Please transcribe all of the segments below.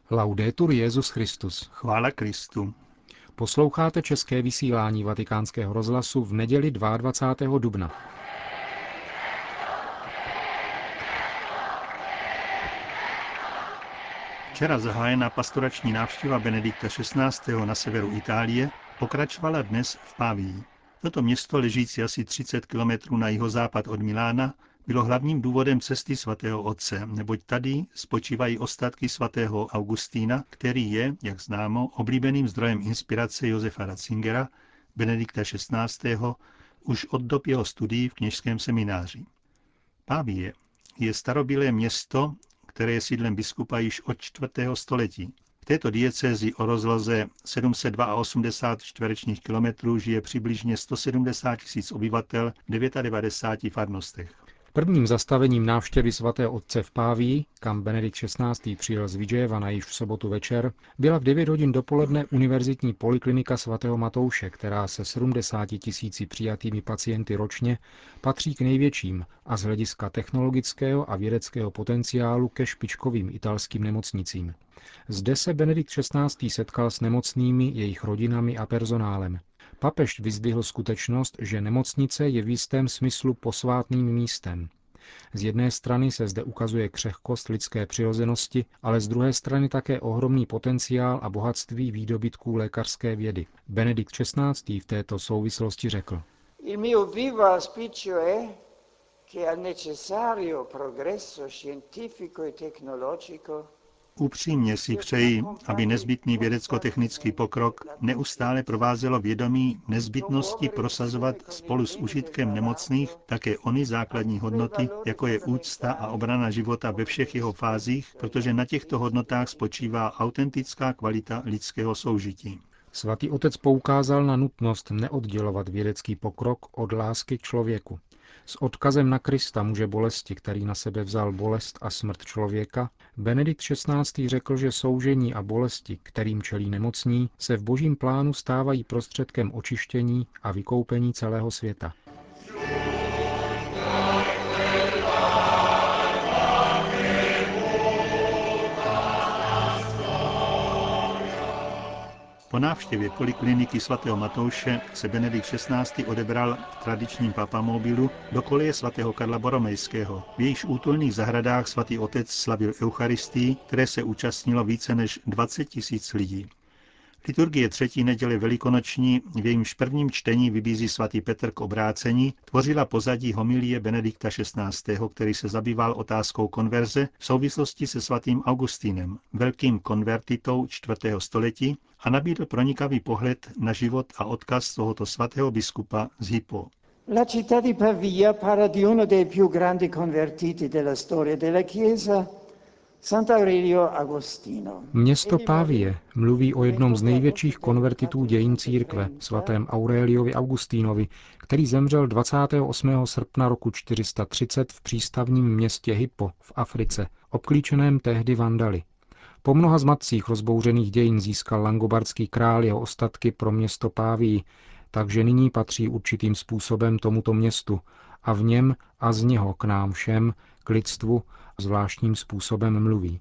Laudetur Jesus Christus. Chvála Kristu. Posloucháte české vysílání Vatikánského rozhlasu v neděli 22. dubna. Včera zahájená pastorační návštěva Benedikta XVI. Na severu Itálie pokračovala dnes v Pavii. Toto město, ležící asi 30 kilometrů na jihozápad od Milána, bylo hlavním důvodem cesty svatého otce, neboť tady spočívají ostatky svatého Augustína, který je, jak známo, oblíbeným zdrojem inspirace Josefa Ratzingera, Benedikta XVI., už od dob jeho studií v kněžském semináři. Pavie je starobylé město, které je sídlem biskupa již od 4. století. V této diecézi o rozloze 782 čtverečních kilometrů žije přibližně 170 000 obyvatel v 99 farnostech. Prvním zastavením návštěvy svatého otce v Pavii, kam Benedikt XVI. Přijel z Vidžévana již v sobotu večer, byla v 9 hodin dopoledne univerzitní poliklinika svatého Matouše, která se 70 000 přijatými pacienty ročně patří k největším a z hlediska technologického a vědeckého potenciálu ke špičkovým italským nemocnicím. Zde se Benedikt XVI. Setkal s nemocnými, jejich rodinami a personálem. Papež vyzdvihl skutečnost, že nemocnice je v jistém smyslu posvátným místem. Z jedné strany se zde ukazuje křehkost lidské přirozenosti, ale z druhé strany také ohromný potenciál a bohatství výdobytků lékařské vědy. Benedikt XVI. V této souvislosti řekl: Il mio vivo auspicio è che al necessario progresso scientifico e tecnologico Upřímně si přeji, aby nezbytný vědecko-technický pokrok neustále provázelo vědomí nezbytnosti prosazovat spolu s užitkem nemocných také ony základní hodnoty, jako je úcta a obrana života ve všech jeho fázích, protože na těchto hodnotách spočívá autentická kvalita lidského soužití. Svatý otec poukázal na nutnost neoddělovat vědecký pokrok od lásky k člověku. S odkazem na Krista, muže bolesti, který na sebe vzal bolest a smrt člověka, Benedikt XVI. Řekl, že soužení a bolesti, kterým čelí nemocní, se v božím plánu stávají prostředkem očištění a vykoupení celého světa. Po návštěvě polikliniky svatého Matouše se Benedikt XVI. Odebral v tradičním papamobilu do koleje svatého Karla Boromejského. V jejíž útulných zahradách svatý otec slavil Eucharistii, které se účastnilo více než 20 000 lidí. Liturgie třetí neděle velikonoční, v jejímž prvním čtení vybízí svatý Petr k obrácení, tvořila pozadí homilie Benedikta XVI., který se zabýval otázkou konverze v souvislosti se svatým Augustínem, velkým konvertitou 4. století, a nabídl pronikavý pohled na život a odkaz tohoto svatého biskupa z Hippo. La città di Pavia parla di uno dei più grandi convertiti della storia della Chiesa, Sant'Aurelio Agostino. Město Pavie mluví o jednom z největších konvertitů dějin církve, svatém Aureliovi Augustínovi, který zemřel 28. srpna roku 430 v přístavním městě Hippo v Africe, obklíčeném tehdy Vandaly. Po mnoha zmatcích rozbouřených dějin získal langobardský král jeho ostatky pro město Pavii, takže nyní patří určitým způsobem tomuto městu a v něm a z něho k nám všem, k lidstvu, zvláštním způsobem mluví.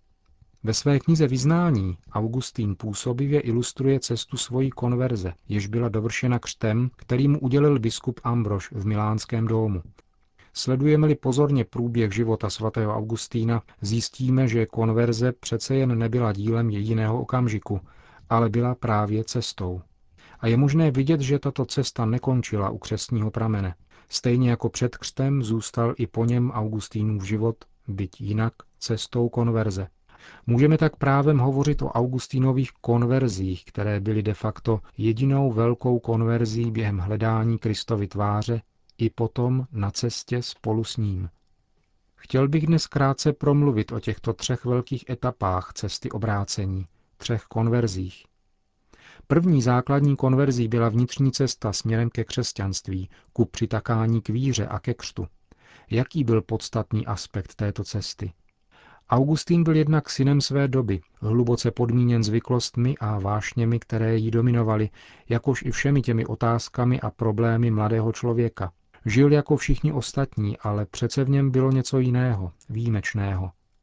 Ve své knize Vyznání Augustín působivě ilustruje cestu svojí konverze, jež byla dovršena křtem, který mu udělil biskup Ambrož v milánském domu. Sledujeme-li pozorně průběh života svatého Augustína, zjistíme, že konverze přece jen nebyla dílem jediného okamžiku, ale byla právě cestou. A je možné vidět, že tato cesta nekončila u křestního pramene. Stejně jako před křtem zůstal i po něm Augustínův život, byť jinak, cestou konverze. Můžeme tak právem hovořit o Augustínových konverzích, které byly de facto jedinou velkou konverzí během hledání Kristovy tváře i potom na cestě spolu s ním. Chtěl bych dnes krátce promluvit o těchto 3 velkých etapách cesty obrácení, 3 konverzích. První základní konverzí byla vnitřní cesta směrem ke křesťanství, ku přitakání k víře a ke křtu. Jaký byl podstatný aspekt této cesty? Augustín byl jednak synem své doby, hluboce podmíněn zvyklostmi a vášněmi, které jí dominovaly, jakož i všemi těmi otázkami a problémy mladého člověka. Žil jako všichni ostatní, ale přece v něm bylo něco jiného, výjimečného.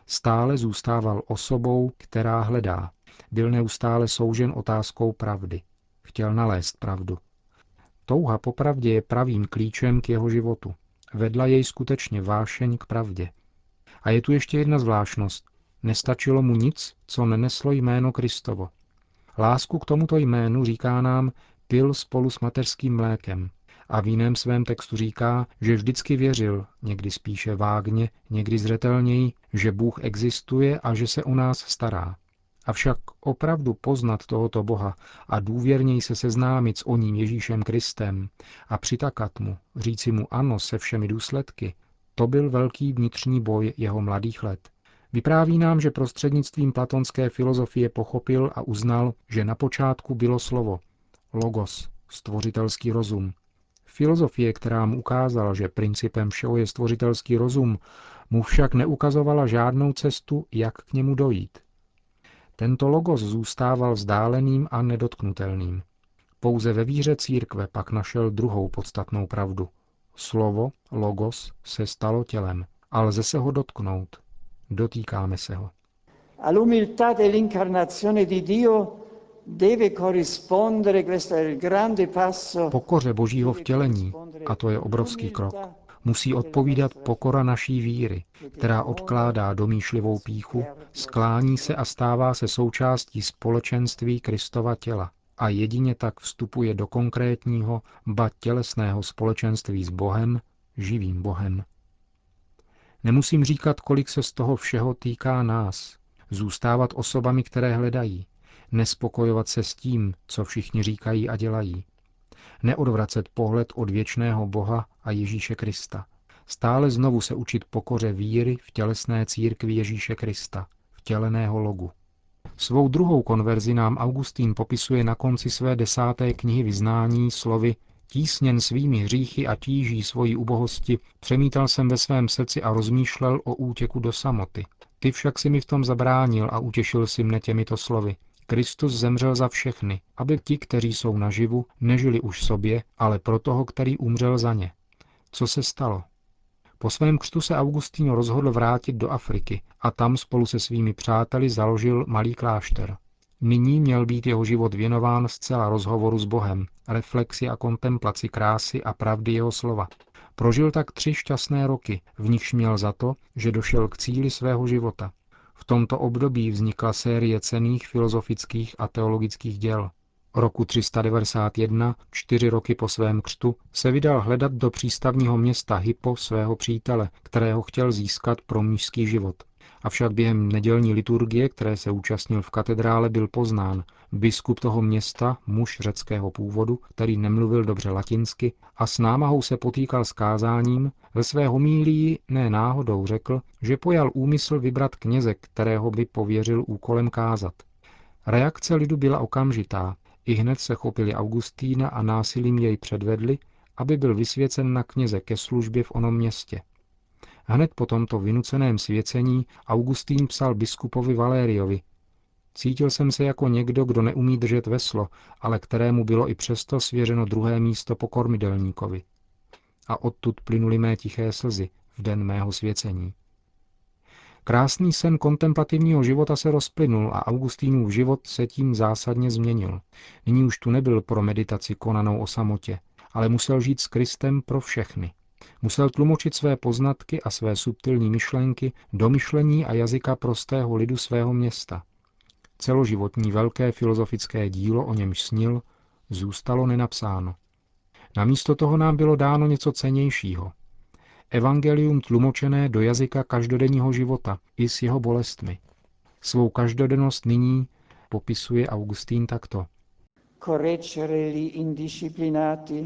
Stále zůstával osobou, která hledá. Byl neustále soužen otázkou pravdy. Chtěl nalézt pravdu. Touha po pravdě je pravým klíčem k jeho životu. Vedla jej skutečně vášeň k pravdě. A je tu ještě jedna zvláštnost. Nestačilo mu nic, co neneslo jméno Kristovo. Lásku k tomuto jménu, říká nám, pil spolu s mateřským mlékem. A v jiném svém textu říká, že vždycky věřil, někdy spíše vágně, někdy zřetelněji, že Bůh existuje a že se o nás stará. Avšak opravdu poznat tohoto Boha a důvěrněji se seznámit s oním Ježíšem Kristem a přitakat mu, říci mu ano se všemi důsledky, to byl velký vnitřní boj jeho mladých let. Vypráví nám, že prostřednictvím platonské filozofie pochopil a uznal, že na počátku bylo slovo, logos, stvořitelský rozum. Filozofie, která mu ukázala, že principem všeho je stvořitelský rozum, mu však neukazovala žádnou cestu, jak k němu dojít. Tento logos zůstával vzdáleným a nedotknutelným. Pouze ve víře církve pak našel druhou podstatnou pravdu. Slovo, logos, se stalo tělem a lze se ho dotknout. Dotýkáme se ho. All'umiltà dell'incarnazione di Dio deve corrispondere, questo è il grande passo. Pokoře Božího vtělení, a to je obrovský krok, musí odpovídat pokora naší víry, která odkládá domýšlivou pýchu, sklání se a stává se součástí společenství Kristova těla a jedině tak vstupuje do konkrétního, ba tělesného společenství s Bohem, živým Bohem. Nemusím říkat, kolik se z toho všeho týká nás. Zůstávat osobami, které hledají. Nespokojovat se s tím, co všichni říkají a dělají. Neodvracet pohled od věčného Boha a Ježíše Krista. Stále znovu se učit pokoře víry v tělesné církvi Ježíše Krista, vtěleného logu. Svou druhou konverzi nám Augustín popisuje na konci své 10. knihy Vyznání slovy: Tísněn svými hříchy a tíží svojí ubohosti, přemítal jsem ve svém srdci a rozmýšlel o útěku do samoty. Ty však si mi v tom zabránil a utěšil si mne těmito slovy. Kristus zemřel za všechny, aby ti, kteří jsou naživu, nežili už sobě, ale pro toho, který umřel za ně. Co se stalo? Po svém křtu se Augustín rozhodl vrátit do Afriky a tam spolu se svými přáteli založil malý klášter. Nyní měl být jeho život věnován zcela rozhovoru s Bohem, reflexi a kontemplaci krásy a pravdy jeho slova. Prožil tak 3 šťastné roky, v nichž měl za to, že došel k cíli svého života. V tomto období vznikla série cenných filozofických a teologických děl. Roku 391, 4 roky po svém křtu, se vydal hledat do přístavního města Hippo svého přítele, kterého chtěl získat pro mnišský život. Avšak během nedělní liturgie, které se účastnil v katedrále, byl poznán. Biskup toho města, muž řeckého původu, který nemluvil dobře latinsky a s námahou se potýkal s kázáním, ve své homílii ne náhodou řekl, že pojal úmysl vybrat kněze, kterého by pověřil úkolem kázat. Reakce lidu byla okamžitá. Ihned se chopili Augustína a násilím jej předvedli, aby byl vysvěcen na kněze ke službě v onom městě. Hned po tomto vynuceném svěcení Augustín psal biskupovi Valériovi: Cítil jsem se jako někdo, kdo neumí držet veslo, ale kterému bylo i přesto svěřeno druhé místo po kormidelníkovi. A odtud plynuly mé tiché slzy v den mého svěcení. Krásný sen kontemplativního života se rozplynul a Augustínův život se tím zásadně změnil. Nyní už tu nebyl pro meditaci konanou o samotě, ale musel žít s Kristem pro všechny. Musel tlumočit své poznatky a své subtilní myšlenky do myšlení a jazyka prostého lidu svého města. Celoživotní velké filozofické dílo, o němž snil, zůstalo nenapsáno. Namísto toho nám bylo dáno něco cennějšího. Evangelium tlumočené do jazyka každodenního života i s jeho bolestmi. Svou každodennost nyní popisuje Augustín takto. Correggere li indisciplinati,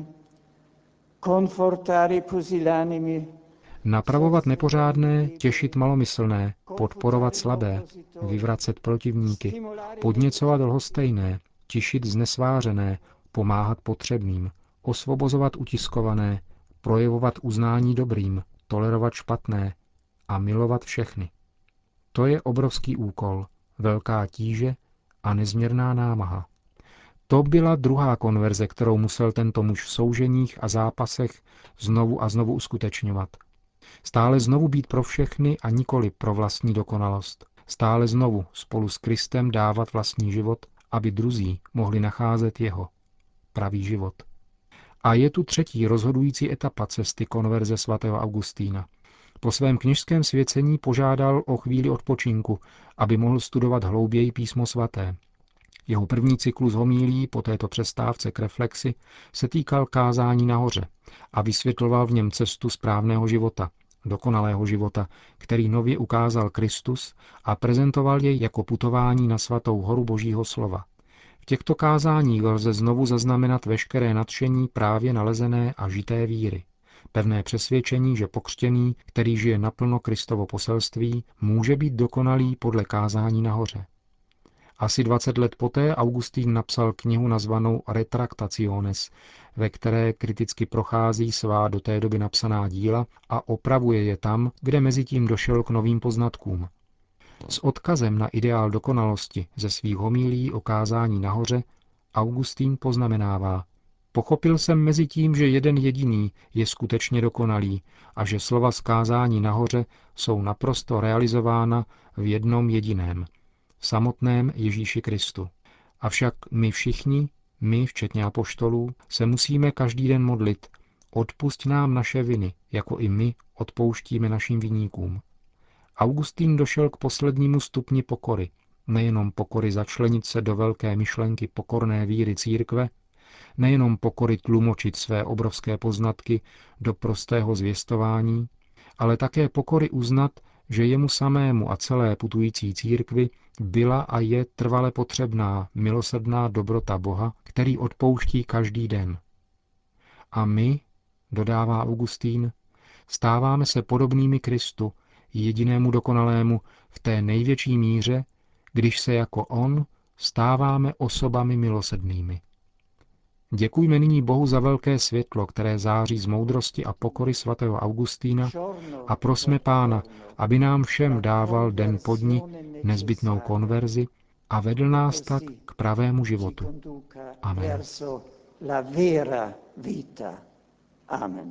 confortare pusillanimi. Napravovat nepořádné, těšit malomyslné, podporovat slabé, vyvracet protivníky, podněcovat lhostejné, tišit znesvářené, pomáhat potřebným, osvobozovat utiskované, projevovat uznání dobrým, tolerovat špatné a milovat všechny. To je obrovský úkol, velká tíže a nezměrná námaha. To byla druhá konverze, kterou musel tento muž v souženích a zápasech znovu a znovu uskutečňovat. Stále znovu být pro všechny a nikoli pro vlastní dokonalost. Stále znovu spolu s Kristem dávat vlastní život, aby druzí mohli nacházet jeho pravý život. A je tu třetí rozhodující etapa cesty konverze svatého Augustína. Po svém kněžském svěcení požádal o chvíli odpočinku, aby mohl studovat hlouběji písmo svaté. Jeho první cyklus homílií po této přestávce k reflexi se týkal kázání nahoře a vysvětloval v něm cestu správného života, dokonalého života, který nově ukázal Kristus a prezentoval jej jako putování na svatou horu Božího slova. V těchto kázáních lze znovu zaznamenat veškeré nadšení právě nalezené a žité víry. Pevné přesvědčení, že pokřtěný, který žije naplno Kristovo poselství, může být dokonalý podle kázání nahoře. Asi 20 let poté Augustín napsal knihu nazvanou Retractationes, ve které kriticky prochází svá do té doby napsaná díla a opravuje je tam, kde mezitím došel k novým poznatkům. S odkazem na ideál dokonalosti ze svých homílií o kázání nahoře Augustín poznamenává: Pochopil jsem mezitím, že jeden jediný je skutečně dokonalý a že slova z kázání nahoře jsou naprosto realizována v jednom jediném, samotném Ježíši Kristu. Avšak my všichni, my včetně apoštolů, se musíme každý den modlit: Odpusť nám naše viny, jako i my odpouštíme našim viníkům. Augustín došel k poslednímu stupni pokory, nejenom pokory začlenit se do velké myšlenky pokorné víry církve, nejenom pokory tlumočit své obrovské poznatky do prostého zvěstování, ale také pokory uznat, že jemu samému a celé putující církvi byla a je trvale potřebná milosrdná dobrota Boha, který odpouští každý den. A my, dodává Augustín, stáváme se podobnými Kristu, jedinému dokonalému, v té největší míře, když se jako on stáváme osobami milosrdnými. Děkujme nyní Bohu za velké světlo, které září z moudrosti a pokory svatého Augustína, a prosme Pána, aby nám všem dával den po dni nezbytnou konverzi a vedl nás tak k pravému životu. Amen. Amen.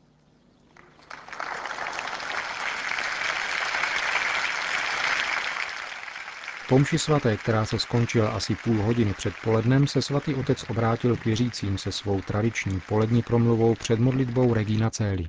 Po mši svaté, která se skončila asi půl hodiny před polednem, se svatý otec obrátil k věřícím se svou tradiční polední promluvou před modlitbou Regina Coeli.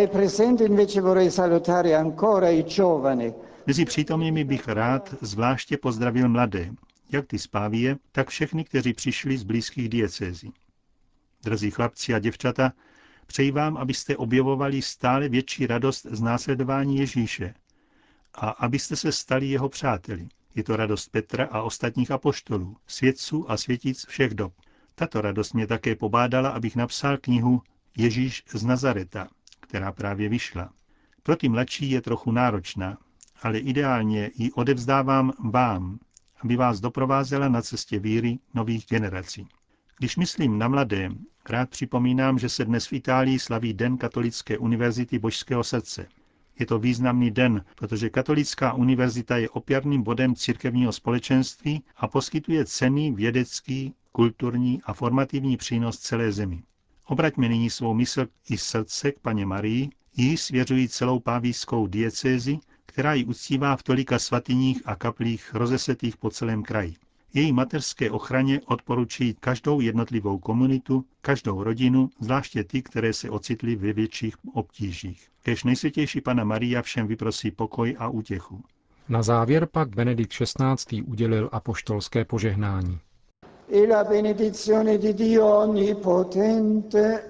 Mezi přítomnými bych rád zvláště pozdravil mladé, jak ty z Pávie, tak všechny, kteří přišli z blízkých diecézí. Drazí chlapci a děvčata, přeji vám, abyste objevovali stále větší radost z následování Ježíše a abyste se stali jeho přáteli. Je to radost Petra a ostatních apoštolů, svědců a světic všech dob. Tato radost mě také pobádala, abych napsal knihu Ježíš z Nazareta, která právě vyšla. Pro ty mladší je trochu náročná, ale ideálně ji odevzdávám vám, aby vás doprovázela na cestě víry nových generací. Když myslím na mladé, rád připomínám, že se dnes v Itálii slaví Den Katolické univerzity Božského srdce. Je to významný den, protože Katolická univerzita je opěrným bodem církevního společenství a poskytuje cenný vědecký, kulturní a formativní přínos celé zemi. Obraťme nyní svou mysl i srdce k Panně Marii, jí svěřují celou pávijskou diecézi, která ji uctívá v tolika svatyních a kaplích rozesetých po celém kraji. Její mateřské ochraně odporučují každou jednotlivou komunitu, každou rodinu, zvláště ty, které se ocitly ve větších obtížích. Kéž nejsvětější Panna Maria všem vyprosí pokoj a útěchu. Na závěr pak Benedikt XVI. Udělil apoštolské požehnání. E la benedizione di Dio Onnipotente,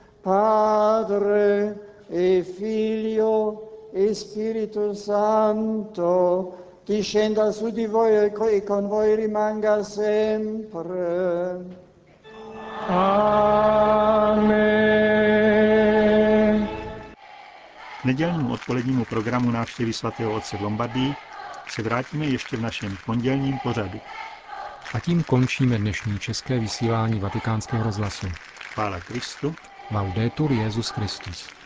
Padre e Figlio e Spirito Santo, discenda su di voi e con voi rimanga sempre. Amen. K nedělnímu odpolednímu programu návštěvy svatého otce v Lombardii se vrátíme ještě v našem pondělním pořadu. A tím končíme dnešní české vysílání Vatikánského rozhlasu. Chvála Kristu. Laudetur Jesus Christus.